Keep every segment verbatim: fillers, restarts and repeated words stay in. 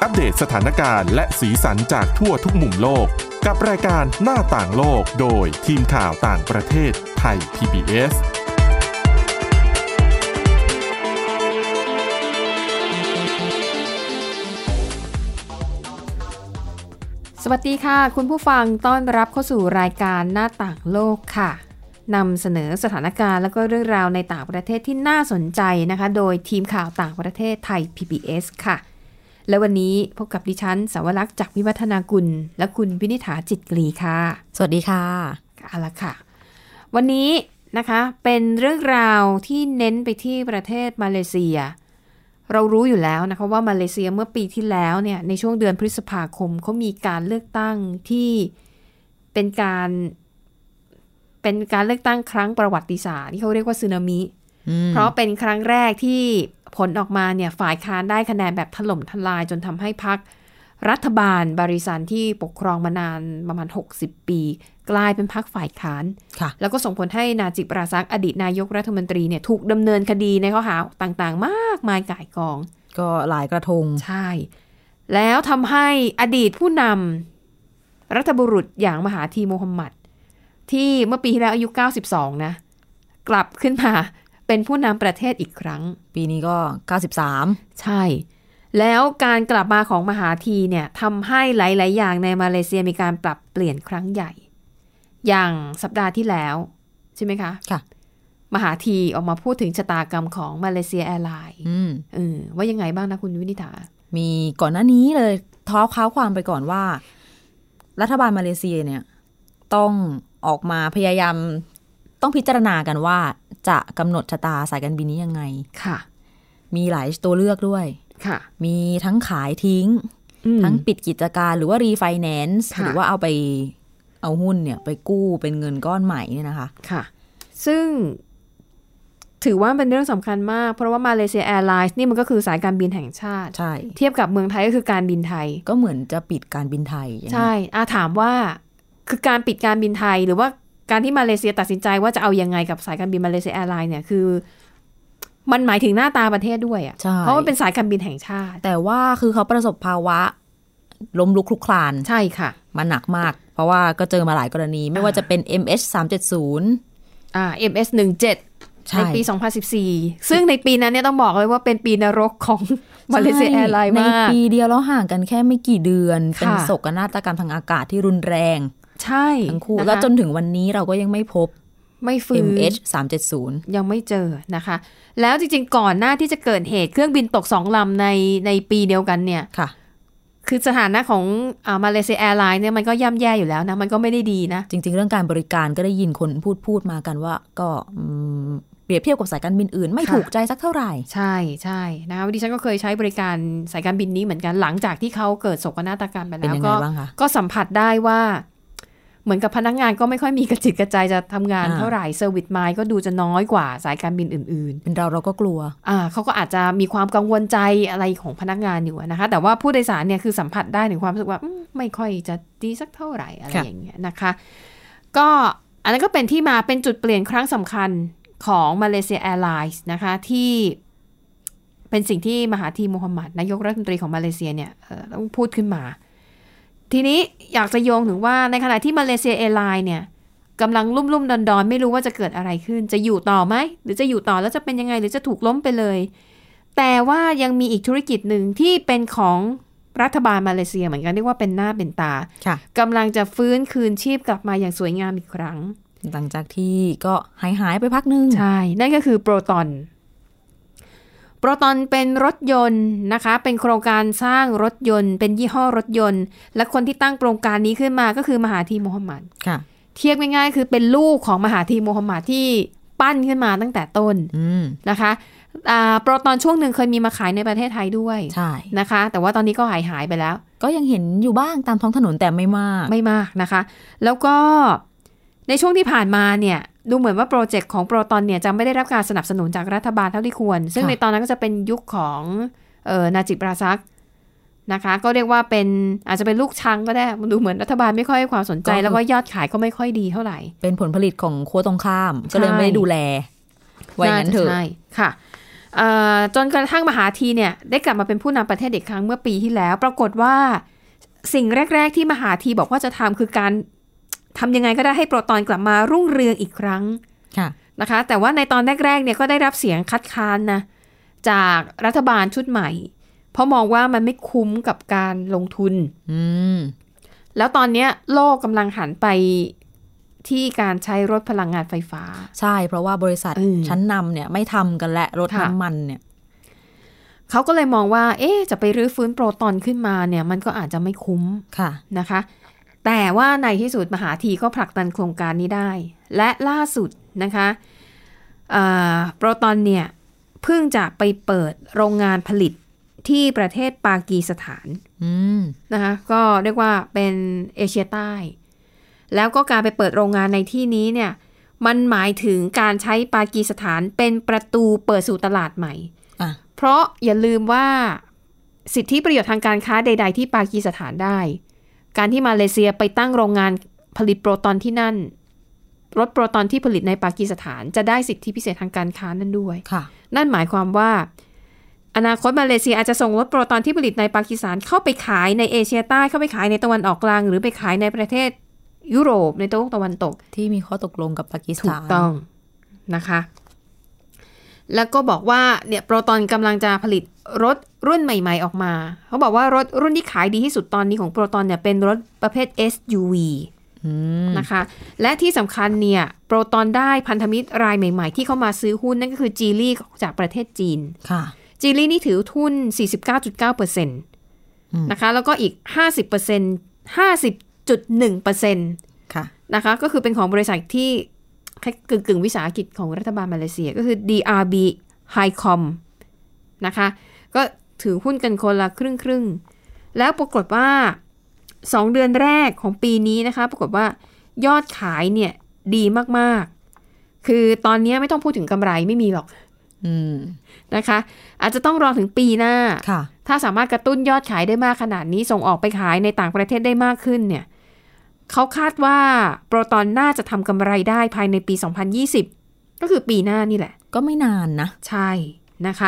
อัปเดตสถานการณ์และสีสันจากทั่วทุกมุมโลกกับรายการหน้าต่างโลกโดยทีมข่าวต่างประเทศไทย พี บี เอสสวัสดีค่ะคุณผู้ฟังต้อนรับเข้าสู่รายการหน้าต่างโลกค่ะนำเสนอสถานการณ์และก็เรื่องราวในต่างประเทศที่น่าสนใจนะคะโดยทีมข่าวต่างประเทศไทย พี บี เอส ค่ะและวันนี้พบกับดิฉันสาวรักษ์จากวิวัฒนากุลและคุณวินิษฐาจิตกรีค่ะสวัสดีค่ะเอาละค่ะวันนี้นะคะเป็นเรื่องราวที่เน้นไปที่ประเทศมาเลเซียเรารู้อยู่แล้วนะคะว่ามาเลเซียเมื่อปีที่แล้วเนี่ยในช่วงเดือนพฤษภาคมเขามีการเลือกตั้งที่เป็นการเป็นการเลือกตั้งครั้งประวัติศาสตร์ที่เขาเรียกว่าสึนามิเพราะเป็นครั้งแรกที่ผลออกมาเนี่ยฝ่ายค้านได้คะแนนแบบถล่มทลายจนทำให้พรรครัฐบาลบาริซันที่ปกครองมานานประมาณหกสิบปีกลายเป็นพรรคฝ่ายค้านแล้วก็ส่งผลให้นาจิบราซักอดีตนายกรัฐมนตรีเนี่ยถูกดำเนินคดีในข้อหาต่างๆมากมายก่ายกองก็หลายกระทงใช่แล้วทำให้อดีตผู้นำรัฐบุรุษอย่างมหาธีโมฮัมหมัดที่เมื่อปีที่แล้วอายุเก้าสิบสองนะกลับขึ้นมาเป็นผู้นำประเทศอีกครั้งปีนี้ก็เก้าสิบสามใช่แล้วการกลับมาของมหาธีเนี่ยทำให้หลายๆอย่างในมาเลเซียมีการปรับเปลี่ยนครั้งใหญ่อย่างสัปดาห์ที่แล้วใช่ไหมคะค่ะมหาธีออกมาพูดถึงชะตากรรมของมาเลเซียแอร์ไลน์เออว่ายังไงบ้างนะคุณวินิษฐามีก่อนหน้านี้เลยท้อค้าวความไปก่อนว่ารัฐบาลมาเลเซียเนี่ยต้องออกมาพยายามต้องพิจารณากันว่าจะกำหนดชะตาสายการบินนี้ยังไงค่ะมีหลายตัวเลือกด้วยค่ะมีทั้งขายทิ้งทั้งปิดกิจการหรือว่ารีไฟแนนซ์หรือว่าเอาไปเอาหุ้นเนี่ยไปกู้เป็นเงินก้อนใหม่เนี่ยนะคะค่ะซึ่งถือว่าเป็นเรื่องสำคัญมากเพราะว่ามาเลเซียแอร์ไลน์นี่มันก็คือสายการบินแห่งชาติใช่เทียบกับเมืองไทยก็คือการบินไทยก็เหมือนจะปิดการบินไทยใช่อาถามว่าคือการปิดการบินไทยหรือว่าการที่มาเลเซียตัดสินใจว่าจะเอายังไงกับสายการบินมาเลเซียแอร์ไลน์เนี่ยคือมันหมายถึงหน้าตาประเทศด้วยอ่ะเพราะว่าเป็นสายการบินแห่งชาติแต่ว่าคือเขาประสบภาวะล้มลุกคลุกคลานใช่ค่ะมันหนักมากเพราะว่าก็เจอมาหลายกรณีไม่ว่าจะเป็น เอ็ม เอช สามเจ็ดศูนย์อ่า เอ็ม เอช หนึ่งเจ็ดในปีสองพันสิบสี่ซึ่งในปีนั้นเนี่ยต้องบอกเลยว่าเป็นปีนรกของมาเลเซียแอร์ไลน์มากในปีเดียวแล้วห่างกันแค่ไม่กี่เดือนเป็นโศกนาฏกรรมทางอากาศที่รุนแรงใช่ทั้งคู่แล้วจนถึงวันนี้เราก็ยังไม่พบไม่ฟื้นเอ็ม เอช สามเจ็ดศูนย์ยังไม่เจอนะคะแล้วจริงๆก่อนหน้าที่จะเกิดเหตุเครื่องบินตกสองลำในในปีเดียวกันเนี่ยค่ะคือสถานะของอ่ามาเลเซียแอร์ไลน์เนี่ยมันก็ย่ำแย่อยู่แล้วนะมันก็ไม่ได้ดีนะจริงๆเรื่องการบริการก็ได้ยินคนพูดพูดมากันว่าก็เปรียบเทียบกับสายการบินอื่นไม่ถูกใจสักเท่าไหร่ใช่ใช่นะคะดิฉันก็เคยใช้บริการสายการบินนี้เหมือนกันหลังจากที่เขาเกิดโศกนาฏกรรมไปแล้วก็ก็สัมผัสได้ว่าเหมือนกับพนักงานก็ไม่ค่อยมีกระจิตกระใจจะทำงานเท่าไหร่เซอร์วิสไมล์ก็ดูจะน้อยกว่าสายการบินอื่นๆเป็นเราเราก็กลัวอ่าเขาก็อาจจะมีความกังวลใจอะไรของพนักงานอยู่นะคะแต่ว่าผู้โดยสารเนี่ยคือสัมผัสได้ถึงความรู้สึกว่าไม่ค่อยจะดีสักเท่าไหร่อะไรอย่างเงี้ยนะคะก็อันนั้นก็เป็นที่มาเป็นจุดเปลี่ยนครั้งสำคัญของมาเลเซียแอร์ไลน์นะคะที่เป็นสิ่งที่มหาธีโมฮัมหมัดนายกรัฐมนตรีของมาเลเซียเนี่ยต้องพูดขึ้นมาทีนี้อยากจะโยงถึงว่าในขณะที่มาเลเซียแอร์ไลน์เนี่ยกำลังลุ่มๆดอนๆไม่รู้ว่าจะเกิดอะไรขึ้นจะอยู่ต่อไหมหรือจะอยู่ต่อแล้วจะเป็นยังไงหรือจะถูกล้มไปเลยแต่ว่ายังมีอีกธุรกิจหนึ่งที่เป็นของรัฐบาลมาเลเซียเหมือนกันเรียกว่าเป็นหน้าเป็นตากำลังจะฟื้นคืนชีพกลับมาอย่างสวยงามอีกครั้งหลังจากที่ก็หายหายไปพักนึงใช่นั่นก็คือโปรตอนโปรตอนเป็นรถยนต์นะคะเป็นโครงการสร้างรถยนต์เป็นยี่ห้อรถยนต์และคนที่ตั้งโครงการนี้ขึ้นมาก็คือมหาธีโมฮัมหมัดค่ะเทียบง่ายๆคือเป็นลูกของมหาธีโมฮัมหมัดที่ปั้นขึ้นมาตั้งแต่ต้นนะคะโปรตอนช่วงหนึ่งเคยมีมาขายในประเทศไทยด้วยใช่นะคะแต่ว่าตอนนี้ก็หายหายไปแล้วก็ยังเห็นอยู่บ้างตามท้องถนนแต่ไม่มากไม่มากนะคะแล้วก็ในช่วงที่ผ่านมาเนี่ยดูเหมือนว่าโปรเจกต์ของโปรตอนเนี่ยจะไม่ได้รับการสนับสนุนจากรัฐบาลเท่าที่ควรซึ่งในตอนนั้นก็จะเป็นยุคของเอ่อนาจิบราซักนะคะก็เรียกว่าเป็นอาจจะเป็นลูกชังก็ได้ดูเหมือนรัฐบาลไม่ค่อยให้ความสนใจแล้วก็ยอดขายก็ไม่ค่อยดีเท่าไหร่เป็นผลผลิตของขั้วตรงข้ามก็เลยไม่ได้ดูแลไว้งั้นเถอะใช่ค่ะจนกระทั่งมหาธีเนี่ยได้กลับมาเป็นผู้นำประเทศอีกครั้งเมื่อปีที่แล้วปรากฏว่าสิ่งแรกๆที่มหาธีบอกว่าจะทำคือการทำยังไงก็ได้ให้โปรตอนกลับมารุ่งเรืองอีกครั้งนะคะแต่ว่าในตอนแรกๆเนี่ยก็ได้รับเสียงคัดค้านนะจากรัฐบาลชุดใหม่เพราะมองว่ามันไม่คุ้มกับการลงทุนแล้วตอนนี้โลกกำลังหันไปที่การใช้รถพลังงานไฟฟ้าใช่เพราะว่าบริษัทชั้นนำเนี่ยไม่ทำกันและรถน้ำมันเนี่ยเขาก็เลยมองว่าเอ๊ะจะไปรื้อฟื้นโปรตอนขึ้นมาเนี่ยมันก็อาจจะไม่คุ้มค่ะนะคะแต่ว่าในที่สุดมหาธีก็ผลักดันโครงการนี้ได้และล่าสุดนะคะโปรตอนเนี่ยเพิ่งจะไปเปิดโรงงานผลิตที่ประเทศปากีสถานนะคะก็เรียกว่าเป็นเอเชียใต้แล้วก็การไปเปิดโรงงานในที่นี้เนี่ยมันหมายถึงการใช้ปากีสถานเป็นประตูเปิดสู่ตลาดใหม่เพราะอย่าลืมว่าสิทธิประโยชน์ทางการค้าใดๆที่ปากีสถานได้การที่มาเลเซียไปตั้งโรงงานผลิตโปรตอนที่นั่นรถโปรตอนที่ผลิตในปากีสถานจะได้สิทธิพิเศษทางการค้านั่นด้วยนั่นหมายความว่าอนาคตมาเลเซียอาจจะส่งรถโปรตอนที่ผลิตในปากีสถานเข้าไปขายในเอเชียใต้เข้าไปขายในตะวันออกกลางหรือไปขายในประเทศยุโรปในโลกตะวันตกที่มีข้อตกลงกับปากีสถานถูกต้องนะคะแล้วก็บอกว่าเนี่ยโปรตอนกำลังจะผลิตรถรุ่นใหม่ๆออกมาเขาบอกว่ารถรุ่นที่ขายดีที่สุดตอนนี้ของโปรตอนเนี่ยเป็นรถประเภท เอส ยู วี นะคะและที่สำคัญเนี่ยโปรตอนได้พันธมิตรรายใหม่ๆที่เข้ามาซื้อหุ้นนั่นก็คือจีลี่จากประเทศจีนจีลี่นี่ถือหุ้น สี่สิบเก้าจุดเก้าเปอร์เซ็นต์ นะคะแล้วก็อีก ห้าสิบเปอร์เซ็นต์ ห้าสิบจุดหนึ่งเปอร์เซ็นต์ค่ะนะคะก็คือเป็นของบริษัทที่กึ่งกึ่งวิสาหกิจของรัฐบาลมาเลเซียก็คือ ดี อาร์ บี Highcom นะคะก็ถือหุ้นกันคนละครึ่งครึ่งแล้วปรากฏว่าสองเดือนแรกของปีนี้นะคะปรากฏว่ายอดขายเนี่ยดีมากๆคือตอนนี้ไม่ต้องพูดถึงกำไรไม่มีหรอกนะคะอาจจะต้องรอถึงปีหน้าถ้าสามารถกระตุ้นยอดขายได้มากขนาดนี้ส่งออกไปขายในต่างประเทศได้มากขึ้นเนี่ยเขาคาดว่าโปรตอนน่าจะทำกำไรได้ภายในปีสองพันยี่สิบก็คือปีหน้านี่แหละก็ไม่นานนะใช่นะคะ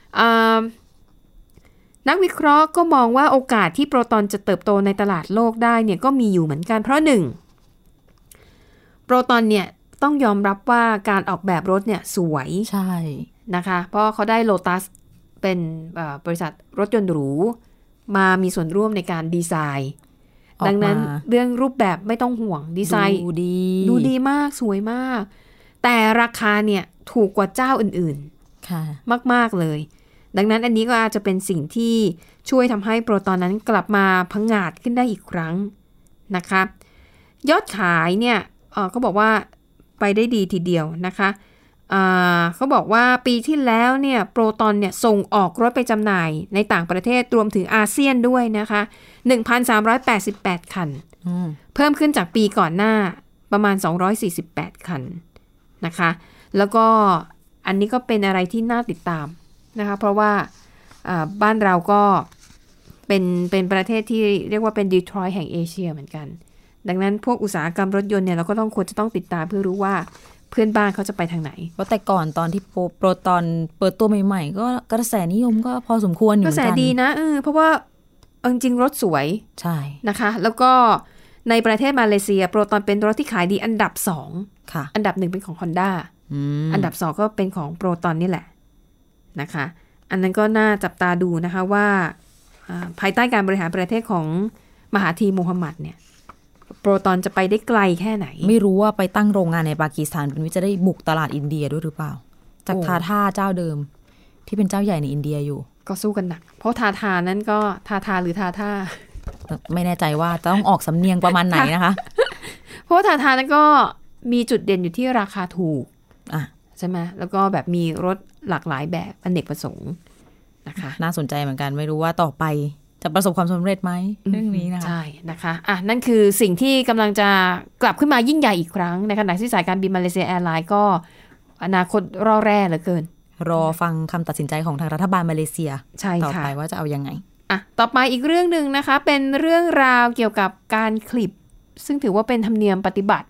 นักวิเคราะห์ก็มองว่าโอกาสที่โปรตอนจะเติบโตในตลาดโลกได้เนี่ยก็มีอยู่เหมือนกันเพราะหนึ่งโปรตอนเนี่ยต้องยอมรับว่าการออกแบบรถเนี่ยสวยใช่นะคะเพราะเขาได้โลตัสเป็นบริษัทรถยนต์หรูมามีส่วนร่วมในการดีไซน์ดังนั้นเรื่องรูปแบบไม่ต้องห่วงดีไซน์ดูดีดูดีมากสวยมากแต่ราคาเนี่ยถูกกว่าเจ้าอื่นๆมากๆเลยดังนั้นอันนี้ก็อาจจะเป็นสิ่งที่ช่วยทำให้โปรตอนนั้นกลับมาพังงาดขึ้นได้อีกครั้งนะคะยอดขายเนี่ยเขาบอกว่าไปได้ดีทีเดียวนะคะเขาบอกว่าปีที่แล้วเนี่ยโปรตอนเนี่ยส่งออกรถไปจำหน่ายในต่างประเทศรวมถึงอาเซียนด้วยนะคะ หนึ่งพันสามร้อยแปดสิบแปด คันเพิ่มขึ้นจากปีก่อนหน้าประมาณสองร้อยสี่สิบแปดคันนะคะแล้วก็อันนี้ก็เป็นอะไรที่น่าติดตามนะคะเพราะว่าบ้านเราก็เป็นเป็นประเทศที่เรียกว่าเป็นดีทรอยต์แห่งเอเชียเหมือนกันดังนั้นพวกอุตสาหกรรมรถยนต์เนี่ยเราก็ต้องควรจะต้องติดตามเพื่อรู้ว่าเพื่อนบ้านเขาจะไปทางไหนเพราะแต่ก่อนตอนที่โปรตอนเปิดตัวใหม่ๆก็กระแสนิยมก็พอสมควรอยู่เหมือนกันกระแสดีนะเออเพราะว่าจริงๆรถสวยใช่นะคะแล้วก็ในประเทศมาเลเซียโปรตอนเป็นรถที่ขายดีอันดับสองค่ะอันดับหนึ่งเป็นของ Honda อันดับสองก็เป็นของโปรตอนนี่แหละนะคะอันนั้นก็น่าจับตาดูนะคะว่าภายใต้การบริหารประเทศของมหาธีมูฮัมหมัดเนี่ยโปรตอนจะไปได้ไกลแค่ไหนไม่รู้ว่าไปตั้งโรงงานในปากีสถานเป็นวิจะได้บุกตลาดอินเดียด้วยหรือเปล่าจากทาท่าเจ้าเดิมที่เป็นเจ้าใหญ่ในอินเดียอยู่ก็สู้กันหนักเพราะทาทานั้นก็ทาทาหรือทาท่าไม่แน่ใจว่าต้องออกสำเนียงประมาณไหนนะคะเพราะทาทานั้นก็มีจุดเด่นอยู่ที่ราคาถูกอ่ะใช่ไหมแล้วก็แบบมีรถหลากหลายแบบอเนกประสงค์นะคะน่าสนใจเหมือนกันไม่รู้ว่าต่อไปจะประสบความสำเร็จไหมเรื่องนี้นะคะใช่นะคะอ่ะนั่นคือสิ่งที่กำลังจะกลับขึ้นมายิ่งใหญ่อีกครั้งในขณะที่สายการบินมาเลเซียแอร์ไลน์ก็อนาคตร่อแร่เหลือเกินรอฟังคำตัดสินใจของทางรัฐบาลมาเลเซียต่อไปว่าจะเอายังไงอ่ะต่อไปอีกเรื่องนึงนะคะเป็นเรื่องราวเกี่ยวกับการคลิปซึ่งถือว่าเป็นธรรมเนียมปฏิบัติ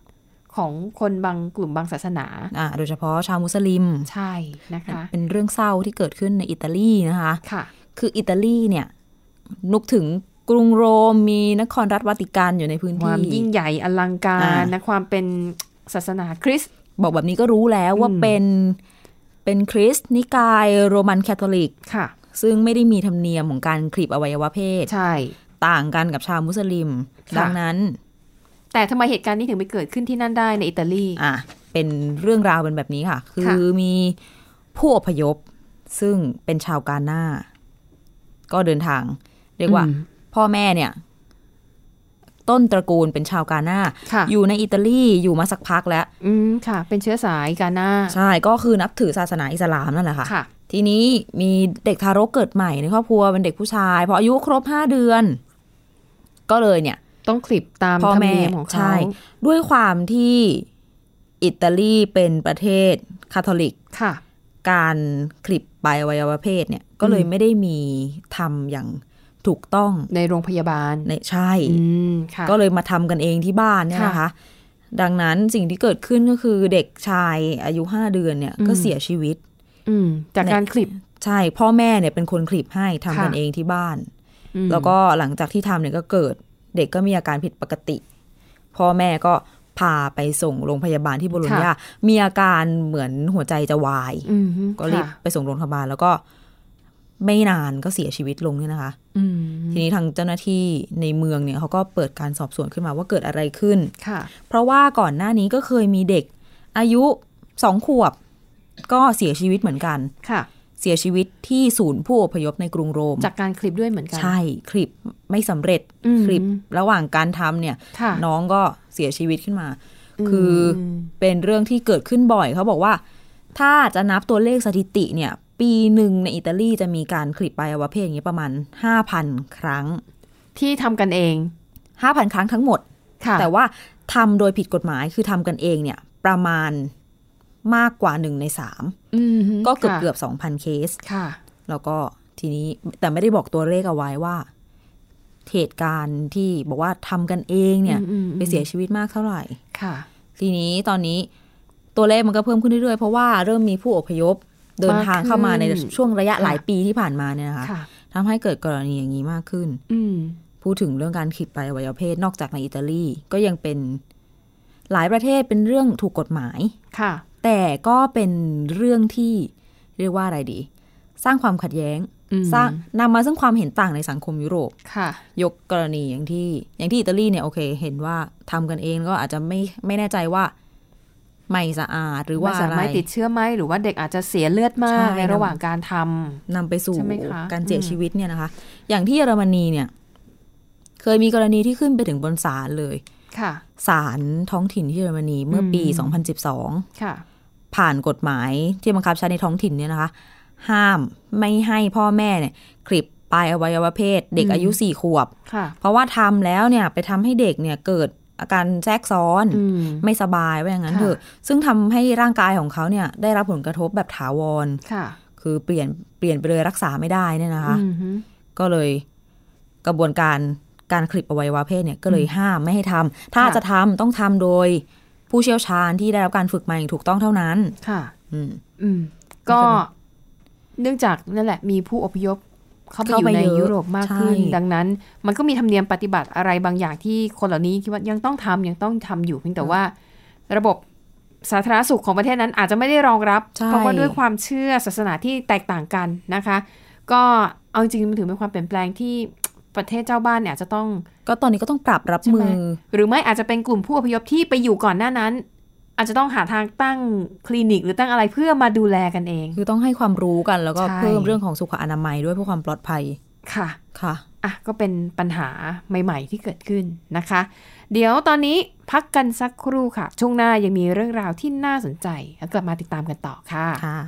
ของคนบางกลุ่มบางศาสนาอ่าโดยเฉพาะชาวมุสลิมใช่นะคะเป็นเรื่องเศร้าที่เกิดขึ้นในอิตาลีนะคะค่ะคืออิตาลีเนี่ยนึกถึงกรุงโรมมีนครรัฐวาติกันอยู่ในพื้นที่ความยิ่งใหญ่อลังการนะความเป็นศาสนาคริสต์บอกแบบนี้ก็รู้แล้วว่าเป็นเป็นคริสต์นิกายโรมันคาทอลิกค่ะซึ่งไม่ได้มีธรรมเนียมของการคลีบอวัยวะเพศใช่ต่างกันกับชาวมุสลิมดังนั้นแต่ทำไมเหตุการณ์นี้ถึงไปเกิดขึ้นที่นั่นได้ในอิตาลีอ่ะเป็นเรื่องราวเป็นแบบนี้ค่ะคือมีผู้อพยพซึ่งเป็นชาวกาน่าก็เดินทางเรียกว่าพ่อแม่เนี่ยต้นตระกูลเป็นชาวกาน่าอยู่ในอิตาลีอยู่มาสักพักแล้วอืมค่ะเป็นเชื้อสายกาน่าใช่ก็คือนับถือศาสนาอิสลามนั่นแหละค่ะทีนี้มีเด็กทารกเกิดใหม่ในครอบครัวเป็นเด็กผู้ชายพออายุครบห้าเดือนก็เลยเนี่ยต้องคลิปตามธรรมเนียมของเขาใช่ด้วยความที่อิตาลีเป็นประเทศคาทอลิกค่ะการคลิปปลายอวัยวะเพศเนี่ยก็เลยไม่ได้มีทำอย่างถูกต้องในโรงพยาบาลในใช่ก็เลยมาทำกันเองที่บ้านเนี่ยนะคะดังนั้นสิ่งที่เกิดขึ้นก็คือเด็กชายอายุห้าเดือนเนี่ยก็เสียชีวิตจากการคลิปใช่พ่อแม่เนี่ยเป็นคนคลิปให้ทำกันเองที่บ้านแล้วก็หลังจากที่ทำเนี่ยก็เกิดเด็กก็มีอาการผิดปกติพ่อแม่ก็พาไปส่งโรงพยาบาลที่โบโลญญามีอาการเหมือนหัวใจจะวายก็รีบไปส่งโรงพยาบาลแล้วก็ไม่นานก็เสียชีวิตลงเนี่ยนะคะทีนี้ทางเจ้าหน้าที่ในเมืองเนี่ยเขาก็เปิดการสอบสวนขึ้นมาว่าเกิดอะไรขึ้นเพราะว่าก่อนหน้านี้ก็เคยมีเด็กอายุสองขวบก็เสียชีวิตเหมือนกันค่ะเสียชีวิตที่ศูนย์ผู้อพยพในกรุงโรมจากการคลิปด้วยเหมือนกันใช่คลิปไม่สำเร็จคลิประหว่างการทำเนี่ยน้องก็เสียชีวิตขึ้นมาคือเป็นเรื่องที่เกิดขึ้นบ่อยเขาบอกว่าถ้าจะนับตัวเลขสถิติเนี่ยปีหนึ่งในอิตาลีจะมีการคลิปปลายอวัยวะเพศอย่างนี้ประมาณ ห้าพัน ครั้งที่ทำกันเองห้าพัน ครั้งทั้งหมดแต่ว่าทำโดยผิดกฎหมายคือทำกันเองเนี่ยประมาณมากกว่าหนึ่งในสามก็เกือบเกือบ สองพัน เคสแล้วก็ทีนี้แต่ไม่ได้บอกตัวเลขเอาไว้ว่าเหตุการณ์ที่บอกว่าทำกันเองเนี่ยไปเสียชีวิตมากเท่าไหร่ทีนี้ตอนนี้ตัวเลขมันก็เพิ่มขึ้นเรื่อยๆเพราะว่าเริ่มมีผู้อพยพเดินทางเข้ามาในช่วงระยะหลายปีที่ผ่านมาเนี่ยนะคะทำให้เกิดกรณีอย่างนี้มากขึ้นพูดถึงเรื่องการคลิปปลายอวัยวะเพศนอกจากในอิตาลีก็ยังเป็นหลายประเทศเป็นเรื่องถูกกฎหมายค่ะแต่ก็เป็นเรื่องที่เรียกว่าอะไรดีสร้างความขัดแย้งสร้างนำมาซึ่งความเห็นต่างในสังคมยุโรปยกกรณีอย่างที่อย่างที่อิตาลีเนี่ยโอเคเห็นว่าทำกันเองก็อาจจะไม่ไม่แน่ใจว่าไม่สะอาดหรือว่าอะไรไม่ติดเชื้อไหมหรือว่าเด็กอาจจะเสียเลือดมากในระหว่างการทำนำไปสู่การเสียชีวิตเนี่ยนะคะอย่างที่เยอรมนีเนี่ยเคยมีกรณีที่ขึ้นไปถึงบนศาลเลยศาลท้องถิ่นที่เยอรมนีเมื่อปีสองพันสิบสองผ่านกฎหมายที่บังคับใช้ในท้องถิ่นเนี่ยนะคะห้ามไม่ให้พ่อแม่เนี่ยคลิปปลายอวัยวะเพศเด็กอายุสี่ขวบเพราะว่าทำแล้วเนี่ยไปทำให้เด็กเนี่ยเกิดอาการแทรกซ้อนไม่สบายว่าอย่างนั้นเถอะซึ่งทำให้ร่างกายของเขาเนี่ยได้รับผลกระทบแบบถาวรคือเปลี่ยนเปลี่ยนไปเลยรักษาไม่ได้เนี่ยนะคะก็เลยกระบวนการการคลิปอวัยวะเพศเนี่ยก็เลยห้ามไม่ให้ทำถ้าจะทำต้องทำโดยผู้เชี่ยวชาญที่ได้รับการฝึกมาอย่างถูกต้องเท่านั้นค่ะอืมอืมก็เนื่องจากนั่นแหละมีผู้อพยพเข้าไปอยู่ในยุโรปมากขึ้นดังนั้นมันก็มีธรรมเนียมปฏิบัติอะไรบางอย่างที่คนเหล่านี้คิดว่ายังต้องทำยังต้องทำอยู่เพียงแต่ว่าระบบสาธารณสุขของประเทศนั้นอาจจะไม่ได้รองรับเพราะว่าด้วยความเชื่อศาสนาที่แตกต่างกันนะคะก็เอาจริงมันถือเป็นความเปลี่ยนแปลงที่ประเทศเจ้าบ้านเนี่ยจะต้องก็ตอนนี้ก็ต้องปรับรับมือหรือไม่อาจจะเป็นกลุ่มผู้อพยพที่ไปอยู่ก่อนหน้านั้นอาจจะต้องหาทางตั้งคลินิกหรือตั้งอะไรเพื่อมาดูแลกันเองคือต้องให้ความรู้กันแล้วก็เพิ่มเรื่องของสุขอนามัยด้วยเพื่อความปลอดภัยค่ะค่ะอ่ะก็เป็นปัญหาใหม่ๆที่เกิดขึ้นนะคะเดี๋ยวตอนนี้พักกันสักครู่ค่ะช่วงหน้ายังมีเรื่องราวที่น่าสนใจแล้วกลับมาติดตามกันต่อค่ะค่ะ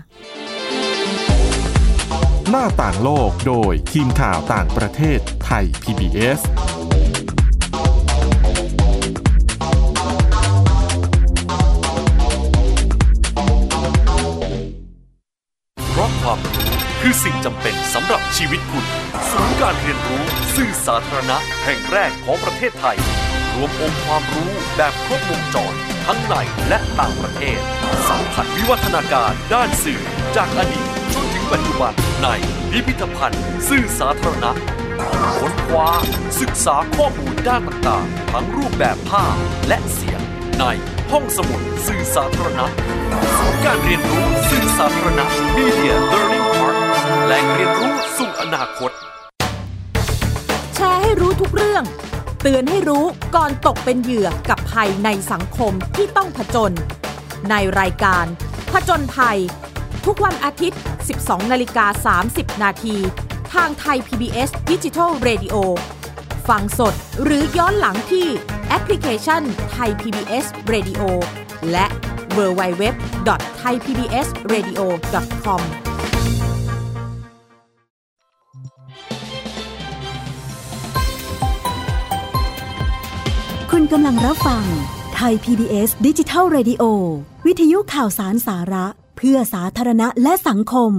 หน้าต่างโลกโดยทีมข่าวต่างประเทศไทย พี บี เอสเพราะความรู้คือสิ่งจำเป็นสำหรับชีวิตคุณศูนย์การเรียนรู้สื่อสาธารณะแห่งแรกของประเทศไทยรวมองค์ความรู้แบบครบวงจรททั้งในและต่างประเทศสัมผัสวิวัฒนาการด้านสื่อจากอดีตจนถึงปัจจุบันในพิพิธภัณฑ์สื่อสาธารณะค้นคว้าศึกษาข้อมูลด้านต่างๆทั้งรูปแบบภาพและเสียงในห้องสมุดสื่อสาธารณะศูนย์การเรียนรู้สื่อสาธารณะ Media Learning Park แหล่งเรียนรู้สู่อนาคตแชร์ให้รู้ทุกเรื่องเตือนให้รู้ก่อนตกเป็นเหยื่อกับภัยในสังคมที่ต้องผจญในรายการผจญภัยทุกวันอาทิตย์ สิบสองนาฬิกาสามสิบนาทีทางไทย พี บี เอส Digital Radio ฟังสดหรือย้อนหลังที่แอปพลิเคชัน Thai พี บี เอส Radio และ ดับเบิลยู ดับเบิลยู ดับเบิลยู ดอท ไทยพีบีเอสเรดิโอ ดอท คอมคุณกำลังรับฟังไทย พี บี เอส Digital Radio วิทยุข่าวสารสาระเพื่อสาธารณะและสังคม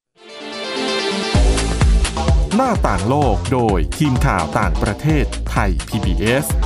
หน้าต่างโลกโดยทีมข่าวต่างประเทศไทย พี บี เอส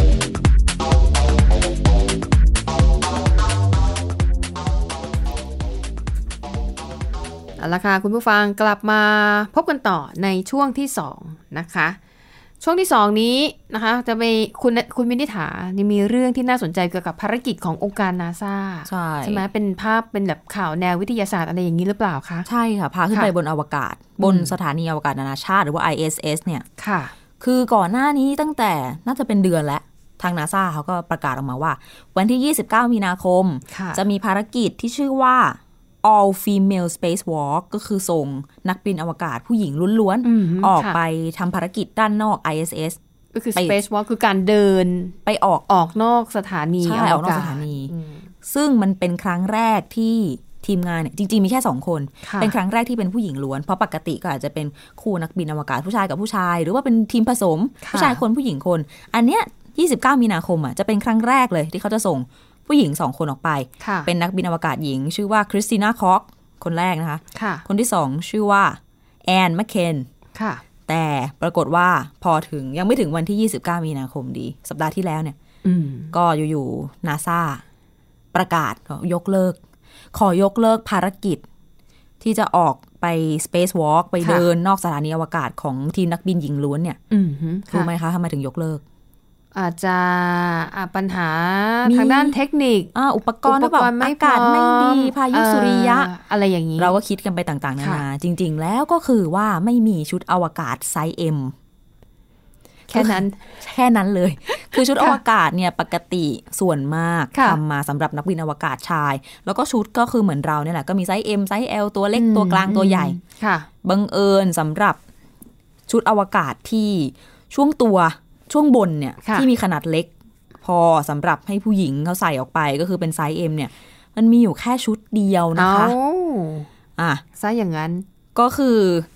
เอาละค่ะคุณผู้ฟังกลับมาพบกันต่อในช่วงที่สองนะคะช่วงที่สองนี้นะคะจะไปคุณคุณวินิษฐานี่มีเรื่องที่น่าสนใจเกี่ยวกับภารกิจขององค์การนาซาใช่ใช่ไหมเป็นภาพเป็นแบบข่าวแนววิทยาศาสตร์อะไรอย่างนี้หรือเปล่าคะใช่ค่ะพาขึ้นไปบนอวกาศบนสถานีอวกาศนานาชาติหรือว่า ไอ เอส เอส เนี่ยค่ะคือก่อนหน้านี้ตั้งแต่น่าจะเป็นเดือนแล้วทาง NASA เขาก็ประกาศออกมาว่าวันที่ยี่สิบเก้ามีนาคมจะมีภารกิจที่ชื่อว่า all female spacewalk ก็คือส่งนักบินอวกาศผู้หญิงล้วนๆออกไปทำภารกิจด้านนอก ไอ เอส เอสก็คือ spacewalk คือการเดินไปออกออกนอกสถานีอวกาศสถานีซึ่งมันเป็นครั้งแรกที่ทีมงานเนี่ยจริงๆมีแค่สองคนเป็นครั้งแรกที่เป็นผู้หญิงล้วนเพราะปกติก็อาจจะเป็นคู่นักบินอวกาศผู้ชายกับผู้ชายหรือว่าเป็นทีมผสมผู้ชายคนผู้หญิงคนอันเนี้ยยี่สิบเก้ามีนาคมอ่ะจะเป็นครั้งแรกเลยที่เขาจะส่งผู้หญิงสองคนออกไปเป็นนักบินอวกาศหญิงชื่อว่าคริสติน่าคอกคนแรกนะคะคนที่สองชื่อว่าแอนแมคเคนแต่ปรากฏว่าพอถึงยังไม่ถึงวันที่ยี่สิบเก้ามีนาคมดีสัปดาห์ที่แล้วเนี่ยก็อยู่ๆ NASA ประกาศยกเลิกขอยกเลิกภารกิจที่จะออกไป Spacewalk ไปเดินนอกสถานีอวกาศของทีมนักบินหญิงล้วนเนี่ยรู้ไหมคะทำไมถึงยกเลิกอาจจะปัญหาทางด้านเทคนิคอุปกรณ์แบบอากาศไม่ดีพายุสุริยะอะไรอย่างนี้เราก็คิดกันไปต่างๆนานาจริงๆแล้วก็คือว่าไม่มีชุดอวกาศไซส์ M แค่นั้นแค่นั้นเลยคือชุดอวกาศเนี่ยปกติส่วนมากทำมาสำหรับนักบินอวกาศชายแล้วก็ชุดก็คือเหมือนเราเนี่ยแหละก็มีไซส์ M ไซส์ L ตัวเล็กตัวกลางตัวใหญ่บังเอิญสำหรับชุดอวกาศที่ช่วงตัวช่วงบนเนี่ยที่มีขนาดเล็กพอสำหรับให้ผู้หญิงเขาใส่ออกไปก็คือเป็นไซส์ M เนี่ยมันมีอยู่แค่ชุดเดียวนะคะอ่ะไซส์อย่างนั้นก็คือ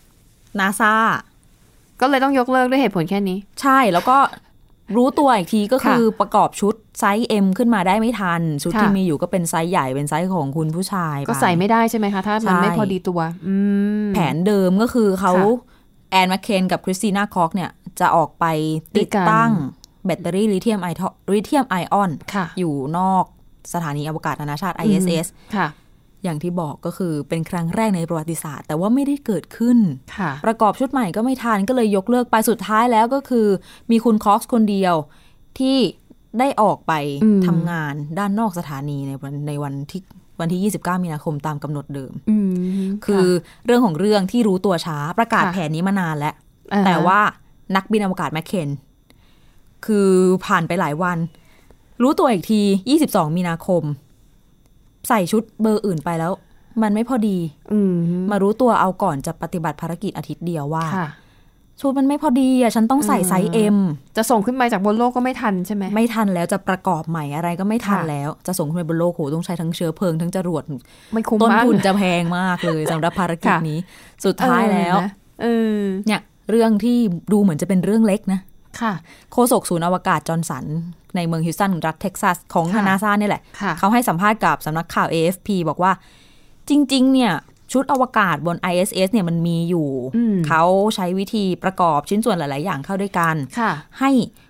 NASA ก็เลยต้องยกเลิกด้วยเหตุผลแค่นี้ใช่แล้วก็รู้ตัวอีกทีก็คือประกอบชุดไซส์ M ขึ้นมาได้ไม่ทันชุดที่มีอยู่ก็เป็นไซส์ใหญ่เป็นไซส์ของคุณผู้ชายก็ใส่ไม่ได้ใช่ไหมคะถ้ามันไม่พอดีตัวแผนเดิมก็คือเขาแอนแมคเคนกับคริสติน่าคอกเนี่ยจะออกไปติดตั้งแบตเตอรี่ลิเธียมไอลิเธียมไอออนอยู่นอกสถานีอวกาศนานาชาติ ไอ เอส เอส อย่างที่บอกก็คือเป็นครั้งแรกในประวัติศาสตร์แต่ว่าไม่ได้เกิดขึ้นประกอบชุดใหม่ก็ไม่ทันก็เลยยกเลิกไปสุดท้ายแล้วก็คือมีคุณคอกส์คนเดียวที่ได้ออกไปทำงานด้านนอกสถานีในวันในวันที่วันที่ยี่สิบเก้ามีนาคมตามกำหนดเดิมคือเรื่องของเรื่องที่รู้ตัวช้าประกาศแผนนี้มานานแล้วแต่ว่านักบินอวกาศแมคเคนคือผ่านไปหลายวันรู้ตัวอีกทียี่สิบสองมีนาคมใส่ชุดเบอร์อื่นไปแล้วมันไม่พอดีมารู้ตัวเอาก่อนจะปฏิบัติภารกิจอาทิตย์เดียวว่าชุดมันไม่พอดีอ่ะฉันต้องใส่ไซส์ M จะส่งขึ้นไปจากบนโลกก็ไม่ทันใช่ไหมไม่ทันแล้วจะประกอบใหม่อะไรก็ไม่ทันแล้วจะส่งขึ้นไปบนโลกโหต้องใช้ทั้งเชื้อเพลิงทั้งจรวดไม่คุ้มต้นทุนจะแพงมากเลยสำหรับภารกิจนี้สุดท้ายแล้วเนี่ยเรื่องที่ดูเหมือนจะเป็นเรื่องเล็กนะโฆษกศูนย์อวกาศจอห์นสันในเมืองฮิวสตันรัฐเท็กซัสของ NASA นี่แหละเขาให้สัมภาษณ์กับสำนักข่าว เอ เอฟ พี บอกว่าจริงๆเนี่ยชุดอวกาศบน ไอ เอส เอส เนี่ยมันมีอยู่เขาใช้วิธีประกอบชิ้นส่วนหลายๆอย่างเข้าด้วยกันให้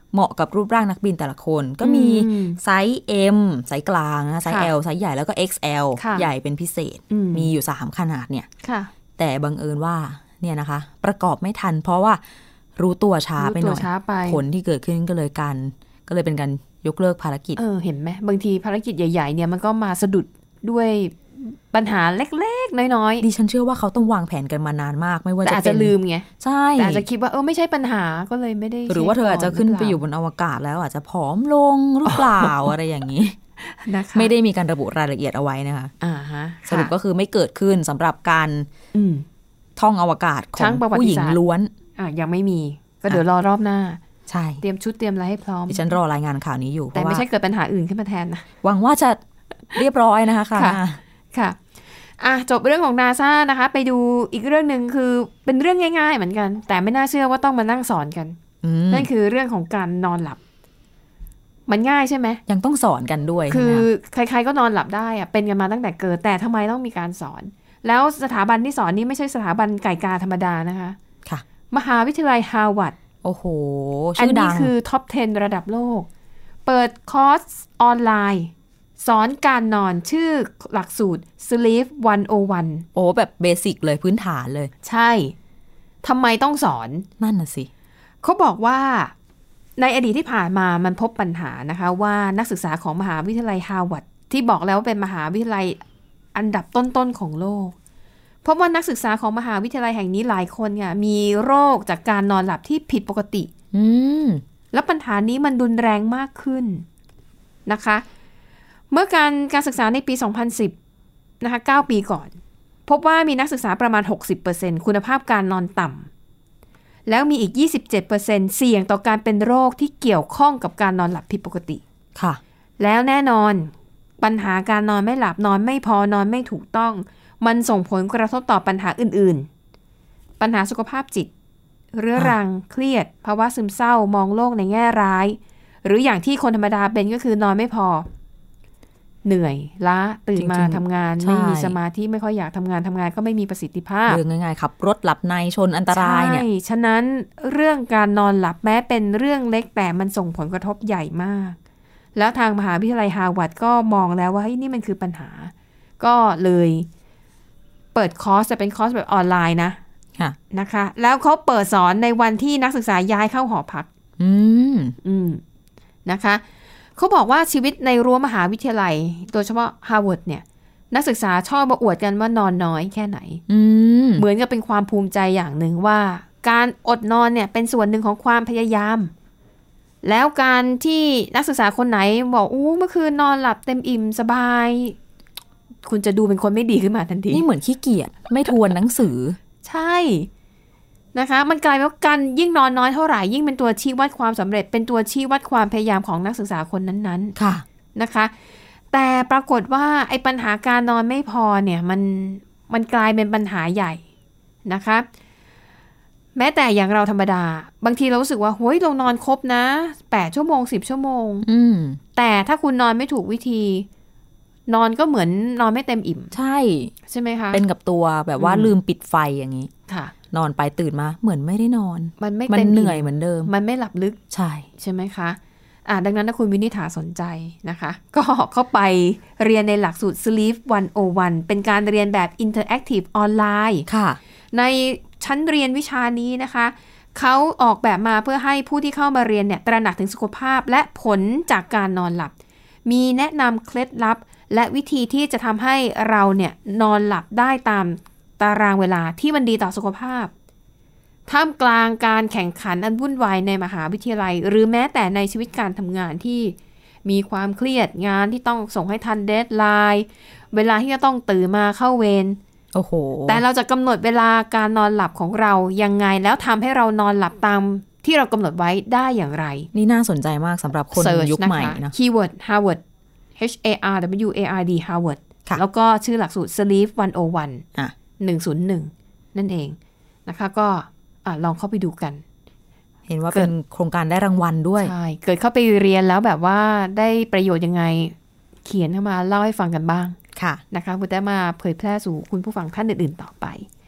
เหมาะกับรูปร่างนักบินแต่ละคนก็มีไซส์ M ไซส์กลางนะไซส์ L ไซส์ใหญ่แล้วก็ เอ็กซ์ แอล ใหญ่เป็นพิเศษมีอยู่สามขนาดเนี่ยแต่บังเอิญว่าเนี่ยนะคะประกอบไม่ทันเพราะว่ารู้ตัวช้าไปหน่อยผลที่เกิดขึ้นก็เลยการก็เลยเป็นการยกเลิกภารกิจเออเห็นไหมบางทีภารกิจใหญ่ๆเนี่ยมันก็มาสะดุดด้วยปัญหาเล็กๆน้อยๆดิฉันเชื่อว่าเขาต้องวางแผนกันมานานมากไม่ว่าจะแต่อาจจะลืมไงใช่แต่อาจจะคิดว่าเออไม่ใช่ปัญหาก็เลยไม่ได้หรือว่าเธออาจจะขึ้นไปอยู่บนอวกาศแล้วอาจจะผอมลงหรือเปล่า อะไรอย่างนี้นะคะไม่ได้มีการระบุรายละเอียดเอาไว้นะคะอ่าฮะสรุปก็คือไม่เกิดขึ้นสำหรับการท่องอวกาศของผู้หญิงล้วนอ่ะยังไม่มีก็เดี๋ยวรอรอบหน้าใช่เตรียมชุดเตรียมอะไรให้พร้อมดิฉันรอรายงานข่าวนี้อยู่แต่ไม่ใช่เกิดปัญหาอื่นขึ้นมาแทนนะหวังว่าจะเรียบร้อยนะคะค่ะค่ะอ่ะจบเรื่องของ NASA นะคะไปดูอีกเรื่องนึงคือเป็นเรื่องง่ายๆเหมือนกันแต่ไม่น่าเชื่อว่าต้องมานั่งสอนกันนั่นคือเรื่องของการนอนหลับมันง่ายใช่ไหมยังต้องสอนกันด้วยคือใครๆก็นอนหลับได้อะเป็นกันมาตั้งแต่เกิดแต่ทำไมต้องมีการสอนแล้วสถาบันที่สอนนี้ไม่ใช่สถาบันไก่กาธรรมดานะคะค่ะมหาวิทยาลัยฮาร์วาร์ดโอ้โหอันนี้คือท็อปสิบระดับโลกเปิดคอร์สออนไลน์สอนการนอนชื่อหลักสูตร Sleep หนึ่งศูนย์หนึ่งโอ้แบบเบสิกเลยพื้นฐานเลยใช่ทำไมต้องสอนนั่นน่ะสิเขาบอกว่าในอดีตที่ผ่านมามันพบปัญหานะคะว่านักศึกษาของมหาวิทยาลัยฮาร์วาร์ดที่บอกแล้วว่าเป็นมหาวิทยาลัยอันดับต้นๆของโลกเพราะว่านักศึกษาของมหาวิทยาลัยแห่งนี้หลายคนเนี่ยมีโรคจากการนอนหลับที่ผิดปกติอืมแล้วปัญหานี้มันรุนแรงมากขึ้นนะคะเมื่อการการศึกษาในปีสองพันสิบนะคะเก้าปีก่อนพบว่ามีนักศึกษาประมาณ หกสิบเปอร์เซ็นต์ คุณภาพการนอนต่ำแล้วมีอีก ยี่สิบเจ็ดเปอร์เซ็นต์ เสี่ยงต่อการเป็นโรคที่เกี่ยวข้องกับการนอนหลับผิดปกติค่ะแล้วแน่นอนปัญหาการนอนไม่หลับนอนไม่พอนอนไม่ถูกต้องมันส่งผลกระทบต่อปัญหาอื่นๆปัญหาสุขภาพจิตเรื้อรังเครียดภาวะซึมเศร้ามองโลกในแง่ร้ายหรืออย่างที่คนธรรมดาเป็นก็คือนอนไม่พอเหนื่อยล้าตื่นมาทำงานไม่มีสมาธิไม่ค่อยอยากทำงานทำงานก็ไม่มีประสิทธิภาพเรื่องง่ายๆขับรถหลับในชนอันตรายเนี่ยฉะนั้นเรื่องการนอนหลับแม้เป็นเรื่องเล็กแต่มันส่งผลกระทบใหญ่มากแล้วทางมหาวิทยาลัยฮาร์วาร์ดก็มองแล้วว่าเฮ้ยนี่มันคือปัญหาก็เลยเปิดคอร์สจะเป็นคอร์สแบบออนไลน์นะนะคะแล้วเขาเปิดสอนในวันที่นักศึกษาย้ายเข้าหอพักอืมอืมนะคะเขาบอกว่าชีวิตในรั้วมหาวิทยาลัยโดยเฉพาะฮาร์วาร์ดเนี่ยนักศึกษาชอบมาอวดกันว่านอนน้อยแค่ไหนเหมือนกับเป็นความภูมิใจอย่างหนึ่งว่าการอดนอนเนี่ยเป็นส่วนหนึ่งของความพยายามแล้วการที่นักศึกษาคนไหนบอกอู้เมื่อคืนนอนหลับเต็มอิ่มสบายคุณจะดูเป็นคนไม่ดีขึ้นมาทันทีนี่เหมือนขี้เกียจไม่ทวนหนังสือใช่นะคะมันกลายเป็นว่าการยิ่งนอนน้อยเท่าไหร่ยิ่งเป็นตัวชี้วัดความสำเร็จเป็นตัวชี้วัดความพยายามของนักศึกษาคนนั้นๆค่ะนะคะแต่ปรากฏว่าไอ้ปัญหาการนอนไม่พอเนี่ยมันมันกลายเป็นปัญหาใหญ่นะคะแม้แต่อย่างเราธรรมดาบางทีเรารู้สึกว่าโฮ้ยเรานอนครบนะแปดชั่วโมงสิบชั่วโมงอืมแต่ถ้าคุณนอนไม่ถูกวิธีนอนก็เหมือนนอนไม่เต็มอิ่มใช่ใช่ไหมคะเป็นกับตัวแบบว่าลืมปิดไฟอย่างนี้ค่ะนอนไปตื่นมาเหมือนไม่ได้นอนมันไม่มันเหนื่อยเหมือนเดิมมันไม่หลับลึกใช่ใช่ไหมคะอ่ะดังนั้นถ้าคุณวินิษฐาสนใจนะคะก็เข้าไปเรียนในหลักสูตร Sleep หนึ่งศูนย์หนึ่งเป็นการเรียนแบบ Interactive ออนไลน์ค่ะในชั้นเรียนวิชานี้นะคะเขาออกแบบมาเพื่อให้ผู้ที่เข้ามาเรียนเนี่ยตระหนักถึงสุขภาพและผลจากการนอนหลับมีแนะนำเคล็ดลับและวิธีที่จะทำให้เราเนี่ยนอนหลับได้ตามตารางเวลาที่มันดีต่อสุขภาพท่ามกลางการแข่งขันอันวุ่นวายในมหาวิทยาลัยหรือแม้แต่ในชีวิตการทำงานที่มีความเครียดงานที่ต้องส่งให้ทันเดดไลน์เวลาที่จะต้องตื่นมาเข้าเวรโอ้โหแต่เราจะกำหนดเวลาการนอนหลับของเรายังไงแล้วทำให้เรานอนหลับตามที่เรากำหนดไว้ได้อย่างไรนี่น่าสนใจมากสำหรับคนยุคใหม่นะคีย์เวิร์ด Harvard H A R W A R D Harvard แล้วก็ชื่อหลักสูตร Sleep หนึ่งศูนย์หนึ่งอ่ะหนึ่งศูนย์หนึ่งนั่นเองนะคะก็อ่ะลองเข้าไปดูกันเห็นว่าเป็นโครงการได้รางวัลด้วยใช่เกิดเข้าไปเรียนแล้วแบบว่าได้ประโยชน์ยังไงเขียนเข้ามาเล่าให้ฟังกันบ้างค่ะนะคะเพื่อได้มาเผยแพร่สู่คุณผู้ฟังท่านอื่นๆต่อไป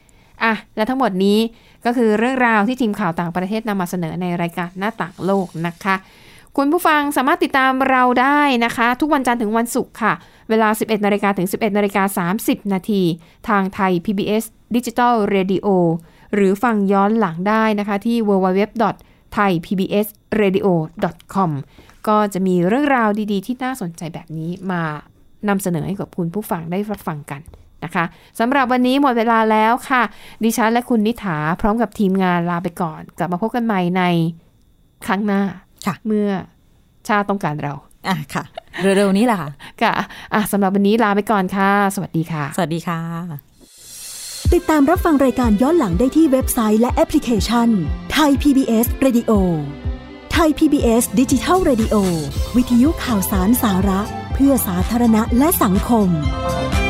อ่ะและทั้งหมดนี้ก็คือเรื่องราวที่ทีมข่าวต่างประเทศนำมาเสนอในรายการหน้าต่างโลกนะคะคุณผู้ฟังสามารถติดตามเราได้นะคะทุกวันจันทร์ถึงวันศุกร์ค่ะเวลา สิบเอ็ดนาฬิกา ถึง สิบเอ็ดนาฬิกาสามสิบนาทีทางไทย พี บี เอส Digital Radio หรือฟังย้อนหลังได้นะคะที่ ดับเบิลยู ดับเบิลยู ดับเบิลยู ดอท ไทย พี บี เอส เรดิโอ ดอท คอม ก็จะมีเรื่องราวดีๆที่น่าสนใจแบบนี้มานำเสนอให้กับคุณผู้ฟังได้รับฟังกันนะคะสำหรับวันนี้หมดเวลาแล้วค่ะดิฉันและคุณนิถาพร้อมกับทีมงานลาไปก่อนกลับมาพบกันใหม่ในครั้งหน้าเมื่อชาติต้องการเราอ่ะค่ะเร็วๆนี้แหละค่ะค่ะอ่ะสำหรับวันนี้ลาไปก่อนค่ะสวัสดีค่ะสวัสดีค่ะติดตามรับฟังรายการย้อนหลังได้ที่เว็บไซต์และแอปพลิเคชัน Thai พี บี เอส Radio Thai พี บี เอส Digital Radio วิทยุข่าวสารสาระเพื่อสาธารณะและสังคม